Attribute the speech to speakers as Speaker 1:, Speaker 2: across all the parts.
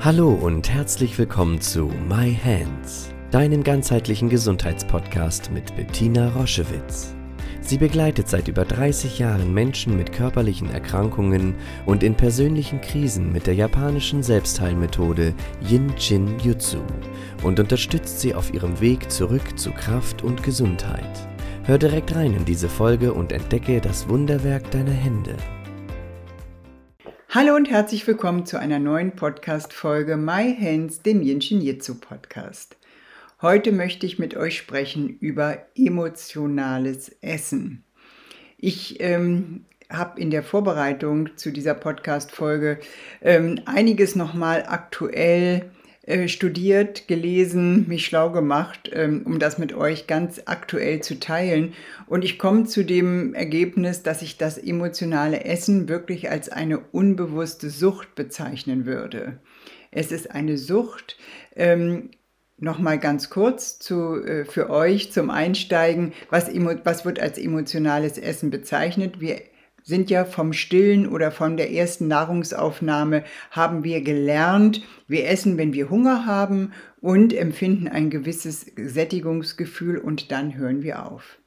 Speaker 1: Hallo und herzlich willkommen zu My Hands, deinem ganzheitlichen Gesundheitspodcast mit Bettina Roschewitz. Sie begleitet seit über 30 Jahren Menschen mit körperlichen Erkrankungen und in persönlichen Krisen mit der japanischen Selbstheilmethode Yin-Shin Jutsu und unterstützt sie auf ihrem Weg zurück zu Kraft und Gesundheit. Hör direkt rein in diese Folge und entdecke das Wunderwerk deiner Hände.
Speaker 2: Hallo und herzlich willkommen zu einer neuen Podcast-Folge My Hands, dem Yin-Shin Jutsu Podcast. Heute möchte ich mit euch sprechen über emotionales Essen. Ich habe in der Vorbereitung zu dieser Podcast-Folge einiges nochmal aktuell studiert, gelesen, mich schlau gemacht, um das mit euch ganz aktuell zu teilen. Und ich komme zu dem Ergebnis, dass ich das emotionale Essen wirklich als eine unbewusste Sucht bezeichnen würde. Es ist eine Sucht. Nochmal ganz kurz für euch zum Einsteigen, was wird als emotionales Essen bezeichnet? Wir sind ja vom Stillen oder von der ersten Nahrungsaufnahme, haben wir gelernt, wir essen, wenn wir Hunger haben und empfinden ein gewisses Sättigungsgefühl und dann hören wir auf.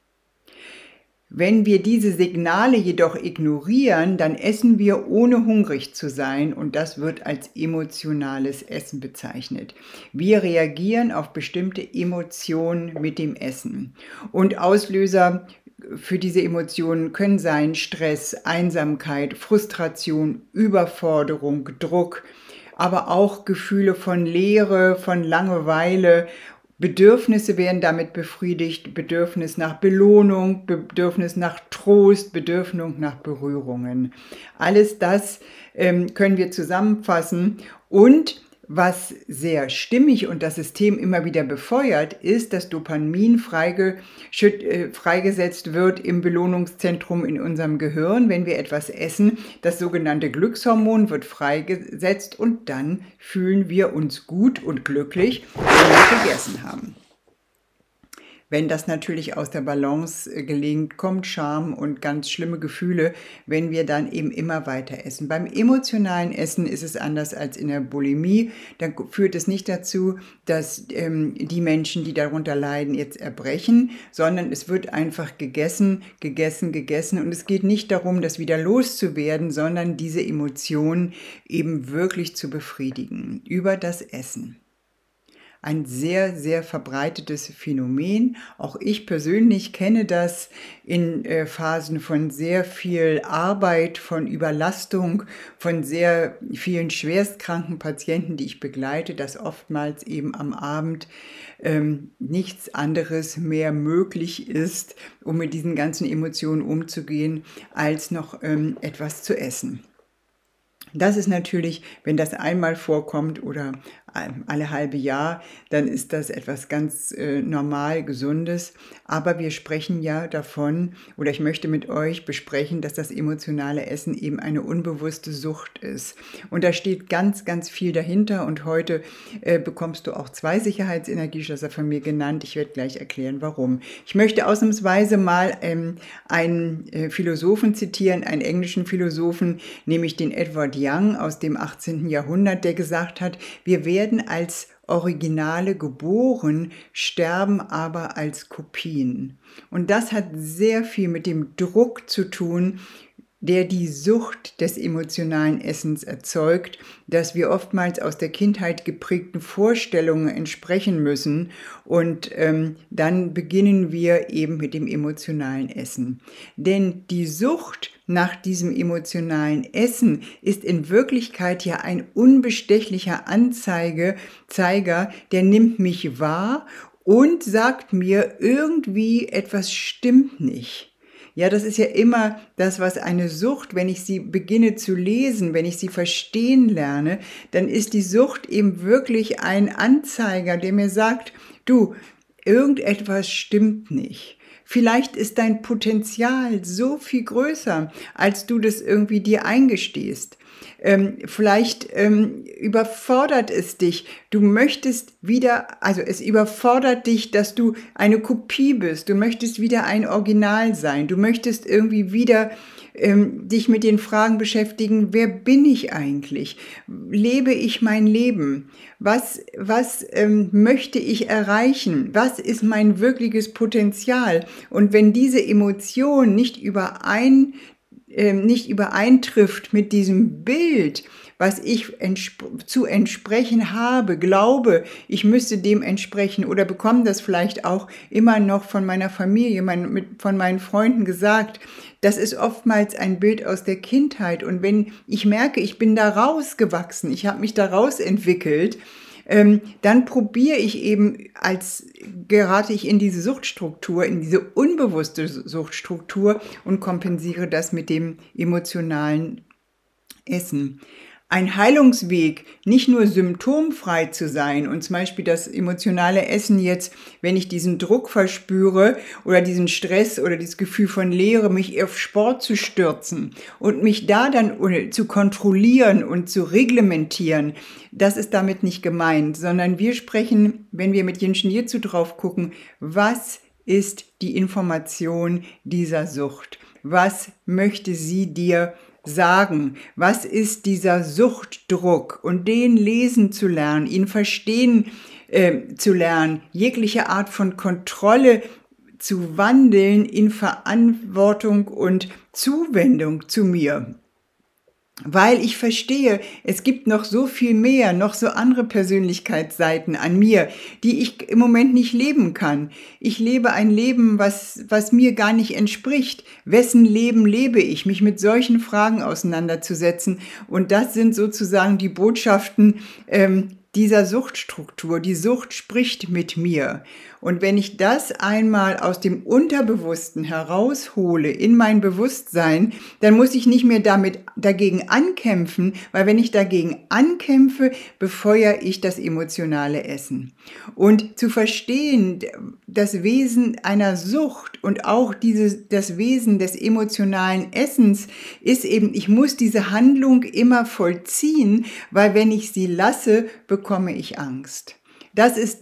Speaker 2: Wenn wir diese Signale jedoch ignorieren, dann essen wir ohne hungrig zu sein und das wird als emotionales Essen bezeichnet. Wir reagieren auf bestimmte Emotionen mit dem Essen und Auslöser für diese Emotionen können sein Stress, Einsamkeit, Frustration, Überforderung, Druck, aber auch Gefühle von Leere, von Langeweile. Bedürfnisse werden damit befriedigt, Bedürfnis nach Belohnung, Bedürfnis nach Trost, Bedürfnis nach Berührungen. Alles das können wir zusammenfassen und was sehr stimmig und das System immer wieder befeuert, ist, dass Dopamin freigesetzt wird im Belohnungszentrum in unserem Gehirn, wenn wir etwas essen. Das sogenannte Glückshormon wird freigesetzt und dann fühlen wir uns gut und glücklich, wenn wir gegessen haben. Wenn das natürlich aus der Balance gelingt, kommt Scham und ganz schlimme Gefühle, wenn wir dann eben immer weiter essen. Beim emotionalen Essen ist es anders als in der Bulimie. Da führt es nicht dazu, dass die Menschen, die darunter leiden, jetzt erbrechen, sondern es wird einfach gegessen. Und es geht nicht darum, das wieder loszuwerden, sondern diese Emotionen eben wirklich zu befriedigen über das Essen. Ein sehr, sehr verbreitetes Phänomen. Auch ich persönlich kenne das in Phasen von sehr viel Arbeit, von Überlastung, von sehr vielen schwerstkranken Patienten, die ich begleite, dass oftmals eben am Abend nichts anderes mehr möglich ist, um mit diesen ganzen Emotionen umzugehen, als noch etwas zu essen. Das ist natürlich, wenn das einmal vorkommt oder alle halbe Jahr, dann ist das etwas ganz normal Gesundes. Aber wir sprechen ja davon, oder ich möchte mit euch besprechen, dass das emotionale Essen eben eine unbewusste Sucht ist. Und da steht ganz, ganz viel dahinter. Und heute bekommst du auch 2 Sicherheitsenergieschlösser von mir genannt. Ich werde gleich erklären, warum. Ich möchte ausnahmsweise mal einen Philosophen zitieren, einen englischen Philosophen, nämlich den Edward Young aus dem 18. Jahrhundert, der gesagt hat, wir werden als Originale geboren, sterben aber als Kopien. Und das hat sehr viel mit dem Druck zu tun, der die Sucht des emotionalen Essens erzeugt, dass wir oftmals aus der Kindheit geprägten Vorstellungen entsprechen müssen und dann beginnen wir eben mit dem emotionalen Essen. Denn die Sucht nach diesem emotionalen Essen ist in Wirklichkeit ja ein unbestechlicher Zeiger, der nimmt mich wahr und sagt mir, irgendwie etwas stimmt nicht. Ja, das ist ja immer das, was eine Sucht, wenn ich sie beginne zu lesen, wenn ich sie verstehen lerne, dann ist die Sucht eben wirklich ein Anzeiger, der mir sagt, du, irgendetwas stimmt nicht. Vielleicht ist dein Potenzial so viel größer, als du das irgendwie dir eingestehst. Vielleicht überfordert es dich. Du möchtest wieder, also es überfordert dich, dass du eine Kopie bist. Du möchtest wieder ein Original sein. Du möchtest irgendwie wieder dich mit den Fragen beschäftigen, wer bin ich eigentlich? Lebe ich mein Leben? Was möchte ich erreichen? Was ist mein wirkliches Potenzial? Und wenn diese Emotion nicht übereintrifft mit diesem Bild, was ich zu entsprechen habe, glaube, ich müsste dem entsprechen oder bekomme das vielleicht auch immer noch von meiner Familie, von meinen Freunden gesagt. Das ist oftmals ein Bild aus der Kindheit. Und wenn ich merke, ich bin da rausgewachsen, ich habe mich da rausentwickelt, dann probiere ich eben, gerate ich in diese Suchtstruktur, in diese unbewusste Suchtstruktur und kompensiere das mit dem emotionalen Essen. Ein Heilungsweg, nicht nur symptomfrei zu sein und zum Beispiel das emotionale Essen jetzt, wenn ich diesen Druck verspüre oder diesen Stress oder dieses Gefühl von Leere, mich auf Sport zu stürzen und mich da dann zu kontrollieren und zu reglementieren, das ist damit nicht gemeint, sondern wir sprechen, wenn wir mit Jinshin Jitsu drauf gucken, was ist die Information dieser Sucht? Was möchte sie dir sagen? Was ist dieser Suchtdruck? Und den lesen zu lernen, ihn verstehen zu lernen, jegliche Art von Kontrolle zu wandeln in Verantwortung und Zuwendung zu mir. Weil ich verstehe, es gibt noch so viel mehr, noch so andere Persönlichkeitsseiten an mir, die ich im Moment nicht leben kann. Ich lebe ein Leben, was mir gar nicht entspricht. Wessen Leben lebe ich? Mich mit solchen Fragen auseinanderzusetzen. Und das sind sozusagen die Botschaften dieser Suchtstruktur. Die Sucht spricht mit mir. Und wenn ich das einmal aus dem Unterbewussten heraushole in mein Bewusstsein, dann muss ich nicht mehr dagegen ankämpfen, weil wenn ich dagegen ankämpfe, befeuere ich das emotionale Essen. Und zu verstehen, das Wesen einer Sucht und auch das Wesen des emotionalen Essens ist eben, ich muss diese Handlung immer vollziehen, weil wenn ich sie lasse, bekomme ich Angst. Das ist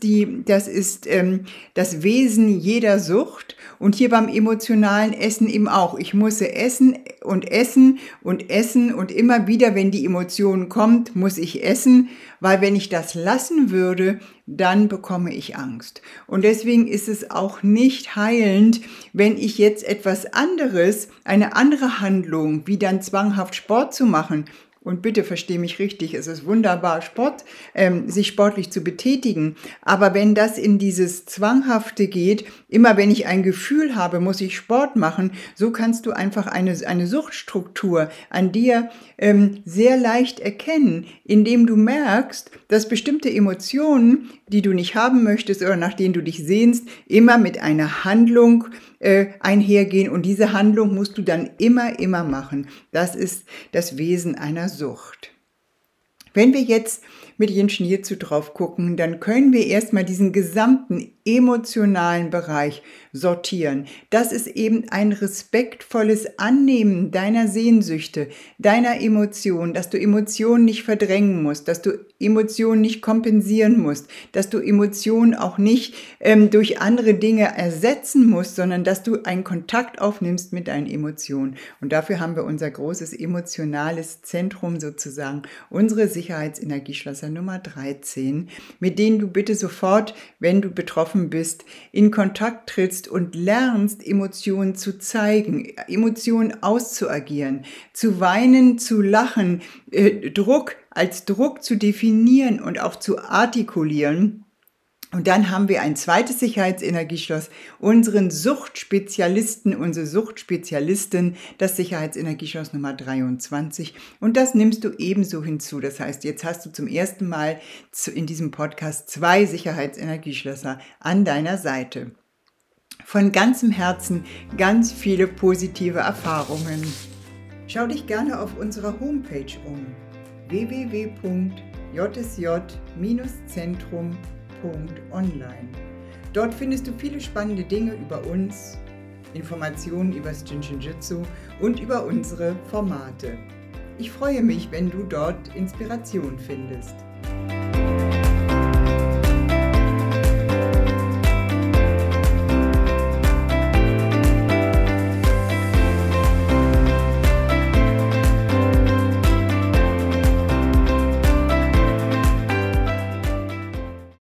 Speaker 2: das Wesen jeder Sucht und hier beim emotionalen Essen eben auch. Ich muss essen und essen und essen und immer wieder, wenn die Emotion kommt, muss ich essen, weil wenn ich das lassen würde, dann bekomme ich Angst. Und deswegen ist es auch nicht heilend, wenn ich jetzt etwas anderes, eine andere Handlung, wie dann zwanghaft Sport zu machen. Und bitte versteh mich richtig, es ist wunderbar, sich sportlich zu betätigen. Aber wenn das in dieses Zwanghafte geht, immer wenn ich ein Gefühl habe, muss ich Sport machen, so kannst du einfach eine Suchtstruktur an dir sehr leicht erkennen, indem du merkst, dass bestimmte Emotionen, die du nicht haben möchtest oder nach denen du dich sehnst, immer mit einer Handlung einhergehen und diese Handlung musst du dann immer machen. Das ist das Wesen einer Sucht. Wenn wir jetzt mit Jinshin Jitsu drauf gucken, dann können wir erstmal diesen gesamten emotionalen Bereich sortieren. Das ist eben ein respektvolles Annehmen deiner Sehnsüchte, deiner Emotionen, dass du Emotionen nicht verdrängen musst, dass du Emotionen nicht kompensieren musst, dass du Emotionen auch nicht durch andere Dinge ersetzen musst, sondern dass du einen Kontakt aufnimmst mit deinen Emotionen. Und dafür haben wir unser großes emotionales Zentrum sozusagen, unsere Sicherheitsenergieschlösser Nummer 13, mit denen du bitte sofort, wenn du betroffen bist, in Kontakt trittst und lernst, Emotionen zu zeigen, Emotionen auszuagieren, zu weinen, zu lachen, Druck als Druck zu definieren und auch zu artikulieren. Und dann haben wir ein zweites Sicherheitsenergieschloss, unsere Suchtspezialistin, das Sicherheitsenergieschloss Nummer 23. Und das nimmst du ebenso hinzu. Das heißt, jetzt hast du zum ersten Mal in diesem Podcast 2 Sicherheitsenergieschlösser an deiner Seite. Von ganzem Herzen ganz viele positive Erfahrungen. Schau dich gerne auf unserer Homepage um. www.jsj-zentrum.online. Dort findest du viele spannende Dinge über uns, Informationen über das Jinshin Jitsu und über unsere Formate. Ich freue mich, wenn du dort Inspiration findest.